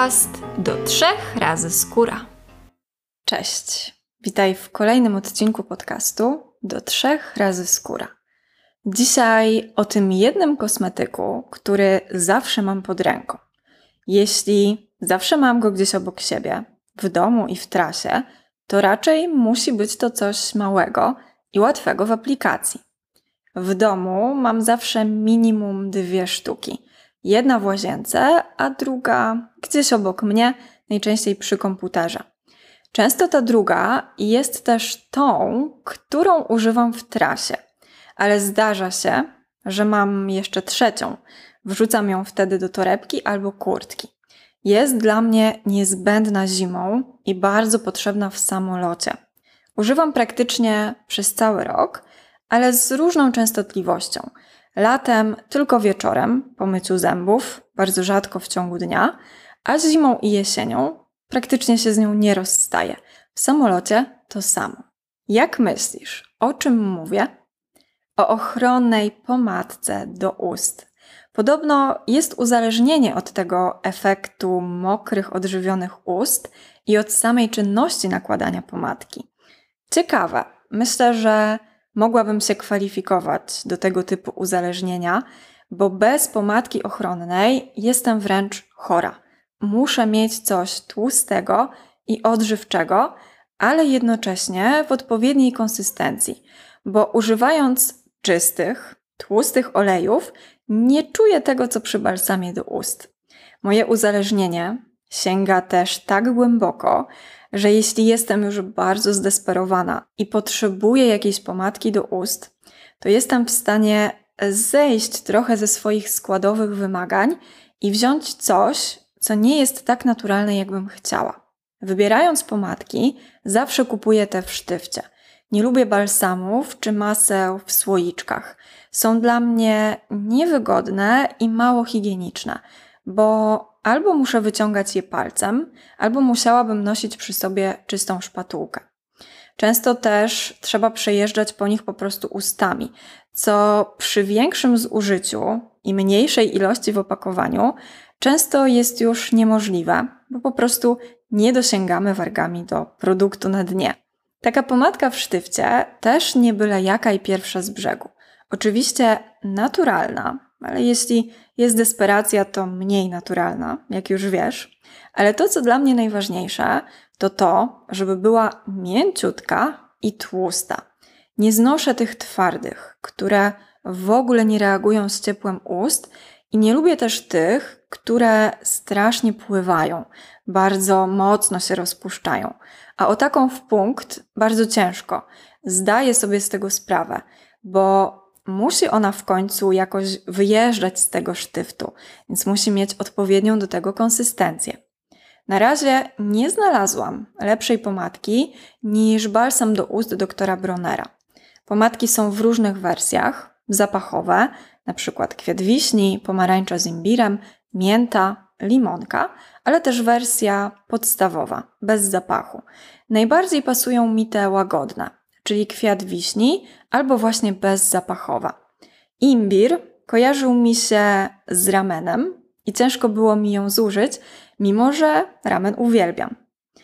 podcast do 3 razy skóra. Cześć, witaj w kolejnym odcinku podcastu do 3 razy skóra. Dzisiaj o tym jednym kosmetyku, który zawsze mam pod ręką. Jeśli zawsze mam go gdzieś obok siebie, w domu i w trasie, to raczej musi być to coś małego i łatwego w aplikacji. W domu mam zawsze minimum 2 sztuki. Jedna w łazience, a druga gdzieś obok mnie, najczęściej przy komputerze. Często ta druga jest też tą, którą używam w trasie, ale zdarza się, że mam jeszcze trzecią. Wrzucam ją wtedy do torebki albo kurtki. Jest dla mnie niezbędna zimą i bardzo potrzebna w samolocie. Używam praktycznie przez cały rok, ale z różną częstotliwością. Latem tylko wieczorem po myciu zębów, bardzo rzadko w ciągu dnia, a zimą i jesienią praktycznie się z nią nie rozstaję. W samolocie to samo. Jak myślisz, o czym mówię? O ochronnej pomadce do ust. Podobno jest uzależnienie od tego efektu mokrych, odżywionych ust i od samej czynności nakładania pomadki. Ciekawe. Myślę, że mogłabym się kwalifikować do tego typu uzależnienia, bo bez pomadki ochronnej jestem wręcz chora. Muszę mieć coś tłustego i odżywczego, ale jednocześnie w odpowiedniej konsystencji, bo używając czystych, tłustych olejów nie czuję tego, co przy balsamie do ust. Moje uzależnienie sięga też tak głęboko, że jeśli jestem już bardzo zdesperowana i potrzebuję jakiejś pomadki do ust, to jestem w stanie zejść trochę ze swoich składowych wymagań i wziąć coś, co nie jest tak naturalne, jakbym chciała. Wybierając pomadki, zawsze kupuję te w sztywcie. Nie lubię balsamów czy maseł w słoiczkach. Są dla mnie niewygodne i mało higieniczne, bo albo muszę wyciągać je palcem, albo musiałabym nosić przy sobie czystą szpatułkę. Często też trzeba przejeżdżać po nich po prostu ustami, co przy większym zużyciu i mniejszej ilości w opakowaniu często jest już niemożliwe, bo po prostu nie dosięgamy wargami do produktu na dnie. Taka pomadka w sztywcie też nie byle jaka i pierwsza z brzegu. Oczywiście naturalna, ale jeśli jest desperacja, to mniej naturalna, jak już wiesz. Ale to, co dla mnie najważniejsze, to to, żeby była mięciutka i tłusta. Nie znoszę tych twardych, które w ogóle nie reagują z ciepłem ust i nie lubię też tych, które strasznie pływają, bardzo mocno się rozpuszczają. A o taką w punkt bardzo ciężko. Zdaję sobie z tego sprawę, bo musi ona w końcu jakoś wyjeżdżać z tego sztywtu, więc musi mieć odpowiednią do tego konsystencję. Na razie nie znalazłam lepszej pomadki niż balsam do ust doktora Bronera. Pomadki są w różnych wersjach, zapachowe, na przykład kwiat wiśni, pomarańcza z imbirem, mięta, limonka, ale też wersja podstawowa, bez zapachu. Najbardziej pasują mi te łagodne, czyli kwiat wiśni albo właśnie bezzapachowa. Imbir kojarzył mi się z ramenem i ciężko było mi ją zużyć, mimo że ramen uwielbiam.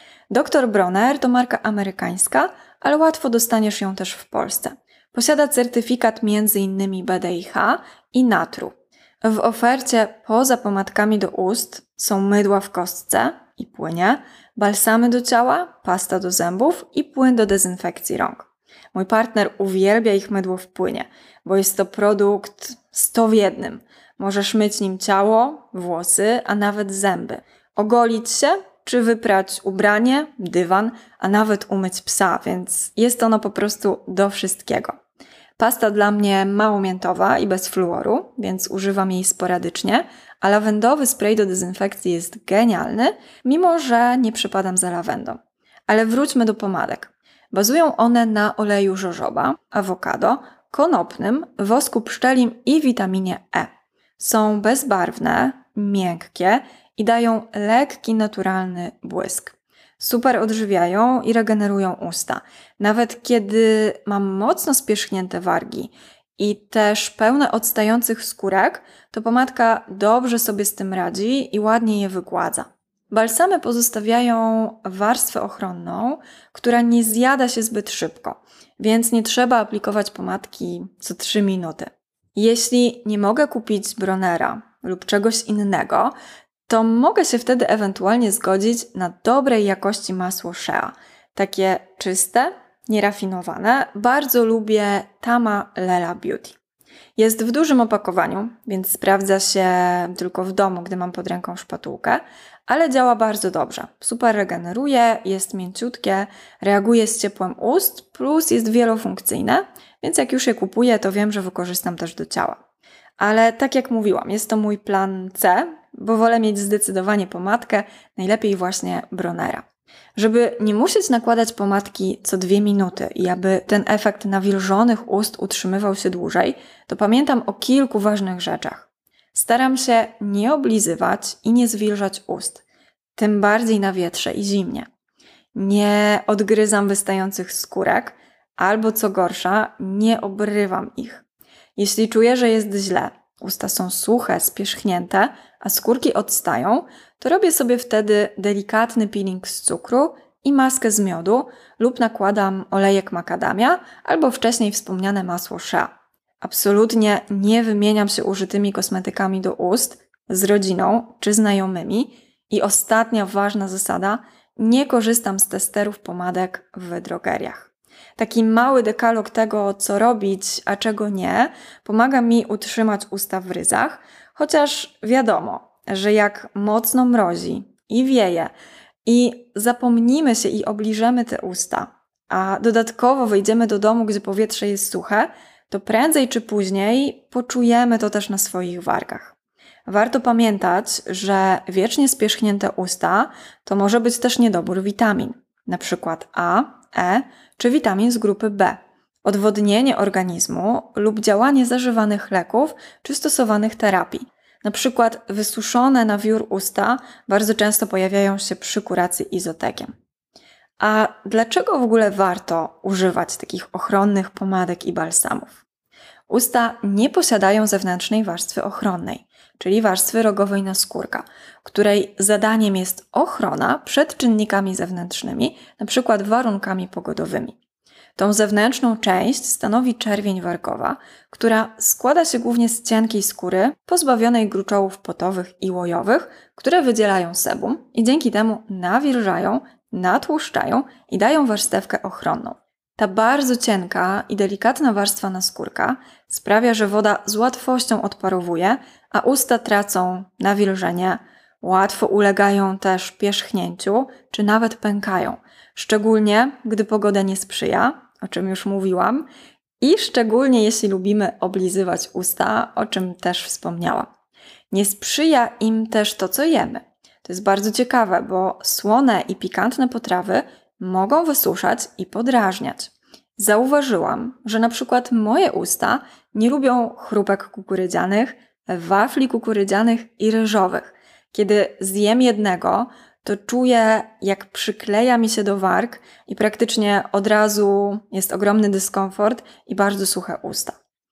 Dr Bronner to marka amerykańska, ale łatwo dostaniesz ją też w Polsce. Posiada certyfikat m.in. BDIH i Natru. W ofercie poza pomadkami do ust są mydła w kostce i płynie, balsamy do ciała, pasta do zębów i płyn do dezynfekcji rąk. Mój partner uwielbia ich mydło w płynie, bo jest to produkt 100 w 1. Możesz myć nim ciało, włosy, a nawet zęby. Ogolić się czy wyprać ubranie, dywan, a nawet umyć psa, więc jest ono po prostu do wszystkiego. Pasta dla mnie mało miętowa i bez fluoru, więc używam jej sporadycznie, a lawendowy spray do dezynfekcji jest genialny, mimo że nie przypadam za lawendą. Ale wróćmy do pomadek. Bazują one na oleju jojoba, awokado, konopnym, wosku pszczelim i witaminie E. Są bezbarwne, miękkie i dają lekki, naturalny błysk. Super odżywiają i regenerują usta. Nawet kiedy mam mocno spierzchnięte wargi i też pełne odstających skórek, to pomadka dobrze sobie z tym radzi i ładnie je wygładza. Balsamy pozostawiają warstwę ochronną, która nie zjada się zbyt szybko, więc nie trzeba aplikować pomadki co 3 minuty. Jeśli nie mogę kupić Bronera lub czegoś innego, to mogę się wtedy ewentualnie zgodzić na dobrej jakości masło Shea. Takie czyste, nierafinowane. Bardzo lubię Tama Lela Beauty. Jest w dużym opakowaniu, więc sprawdza się tylko w domu, gdy mam pod ręką szpatułkę, ale działa bardzo dobrze. Super regeneruje, jest mięciutkie, reaguje z ciepłem ust, plus jest wielofunkcyjne, więc jak już je kupuję, to wiem, że wykorzystam też do ciała. Ale tak jak mówiłam, jest to mój plan C, bo wolę mieć zdecydowanie pomadkę, najlepiej właśnie Bronera. Żeby nie musieć nakładać pomadki co 2 minuty i aby ten efekt nawilżonych ust utrzymywał się dłużej, to pamiętam o kilku ważnych rzeczach. Staram się nie oblizywać i nie zwilżać ust, tym bardziej na wietrze i zimnie. Nie odgryzam wystających skórek, albo co gorsza, nie obrywam ich. Jeśli czuję, że jest źle, usta są suche, spierzchnięte, a skórki odstają, to robię sobie wtedy delikatny peeling z cukru i maskę z miodu lub nakładam olejek makadamia albo wcześniej wspomniane masło Shea. Absolutnie nie wymieniam się użytymi kosmetykami do ust z rodziną czy znajomymi i ostatnia ważna zasada, nie korzystam z testerów pomadek w drogeriach. Taki mały dekalog tego, co robić, a czego nie, pomaga mi utrzymać usta w ryzach, chociaż wiadomo, że jak mocno mrozi i wieje i zapomnimy się i obliżemy te usta, a dodatkowo wyjdziemy do domu, gdzie powietrze jest suche, to prędzej czy później poczujemy to też na swoich wargach. Warto pamiętać, że wiecznie spierzchnięte usta to może być też niedobór witamin, np. A, E czy witamin z grupy B, odwodnienie organizmu lub działanie zażywanych leków czy stosowanych terapii. Na przykład wysuszone na wiór usta bardzo często pojawiają się przy kuracji izotekiem. A dlaczego w ogóle warto używać takich ochronnych pomadek i balsamów? Usta nie posiadają zewnętrznej warstwy ochronnej, czyli warstwy rogowej naskórka, której zadaniem jest ochrona przed czynnikami zewnętrznymi, np. warunkami pogodowymi. Tą zewnętrzną część stanowi czerwień wargowa, która składa się głównie z cienkiej skóry pozbawionej gruczołów potowych i łojowych, które wydzielają sebum i dzięki temu nawilżają, natłuszczają i dają warstewkę ochronną. Ta bardzo cienka i delikatna warstwa naskórka sprawia, że woda z łatwością odparowuje, a usta tracą nawilżenie, łatwo ulegają też pierzchnięciu czy nawet pękają, szczególnie gdy pogoda nie sprzyja, o czym już mówiłam, i szczególnie jeśli lubimy oblizywać usta, o czym też wspomniałam. Nie sprzyja im też to, co jemy. To jest bardzo ciekawe, bo słone i pikantne potrawy mogą wysuszać i podrażniać. Zauważyłam, że na przykład moje usta nie lubią chrupek kukurydzianych, wafli kukurydzianych i ryżowych. Kiedy zjem jednego, to czuję, jak przykleja mi się do warg i praktycznie od razu jest ogromny dyskomfort i bardzo suche usta.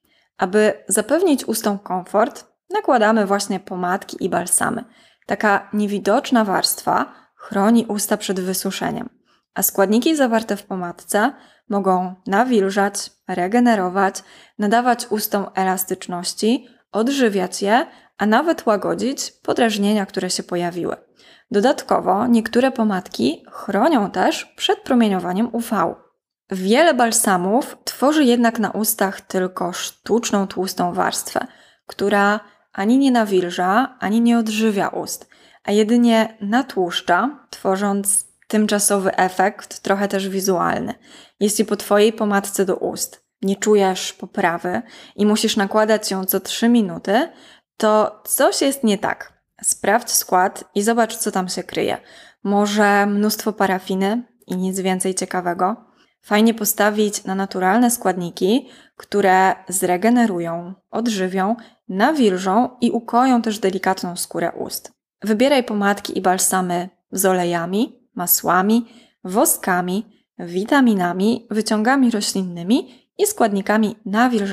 Aby zapewnić ustom komfort, nakładamy właśnie pomadki i balsamy. Taka niewidoczna warstwa chroni usta przed wysuszeniem, a składniki zawarte w pomadce mogą nawilżać, regenerować, nadawać ustom elastyczności, odżywiać je, a nawet łagodzić podrażnienia, które się pojawiły. Dodatkowo niektóre pomadki chronią też przed promieniowaniem UV. Wiele balsamów tworzy jednak na ustach tylko sztuczną tłustą warstwę, która ani nie nawilża, ani nie odżywia ust, a jedynie natłuszcza, tworząc tymczasowy efekt, trochę też wizualny. Jeśli po Twojej pomadce do ust nie czujesz poprawy i musisz nakładać ją co 3 minuty, to coś jest nie tak. Sprawdź skład i zobacz, co tam się kryje. Może mnóstwo parafiny i nic więcej ciekawego? Fajnie postawić na naturalne składniki, które zregenerują, odżywią, nawilżą i ukoją też delikatną skórę ust. Wybieraj pomadki i balsamy z olejami, masłami, woskami, witaminami, wyciągami roślinnymi i składnikami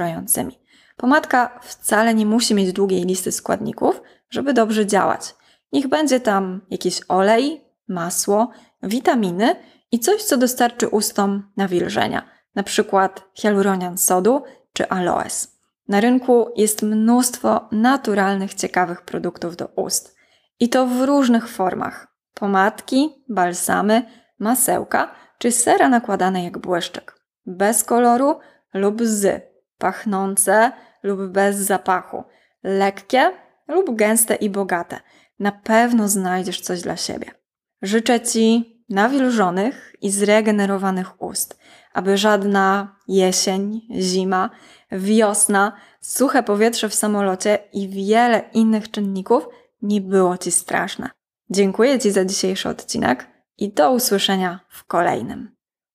nawilżającymi. Pomadka wcale nie musi mieć długiej listy składników, żeby dobrze działać. Niech będzie tam jakiś olej, masło, witaminy i coś, co dostarczy ustom nawilżenia, na przykład hialuronian sodu czy aloes. Na rynku jest mnóstwo naturalnych, ciekawych produktów do ust. I to w różnych formach. Pomadki, balsamy, masełka czy sera nakładane jak błyszczyk. Bez koloru lub z, pachnące lub bez zapachu, lekkie lub gęste i bogate. Na pewno znajdziesz coś dla siebie. Życzę Ci nawilżonych i zregenerowanych ust, aby żadna jesień, zima, wiosna, suche powietrze w samolocie i wiele innych czynników nie było Ci straszne. Dziękuję Ci za dzisiejszy odcinek i do usłyszenia w kolejnym.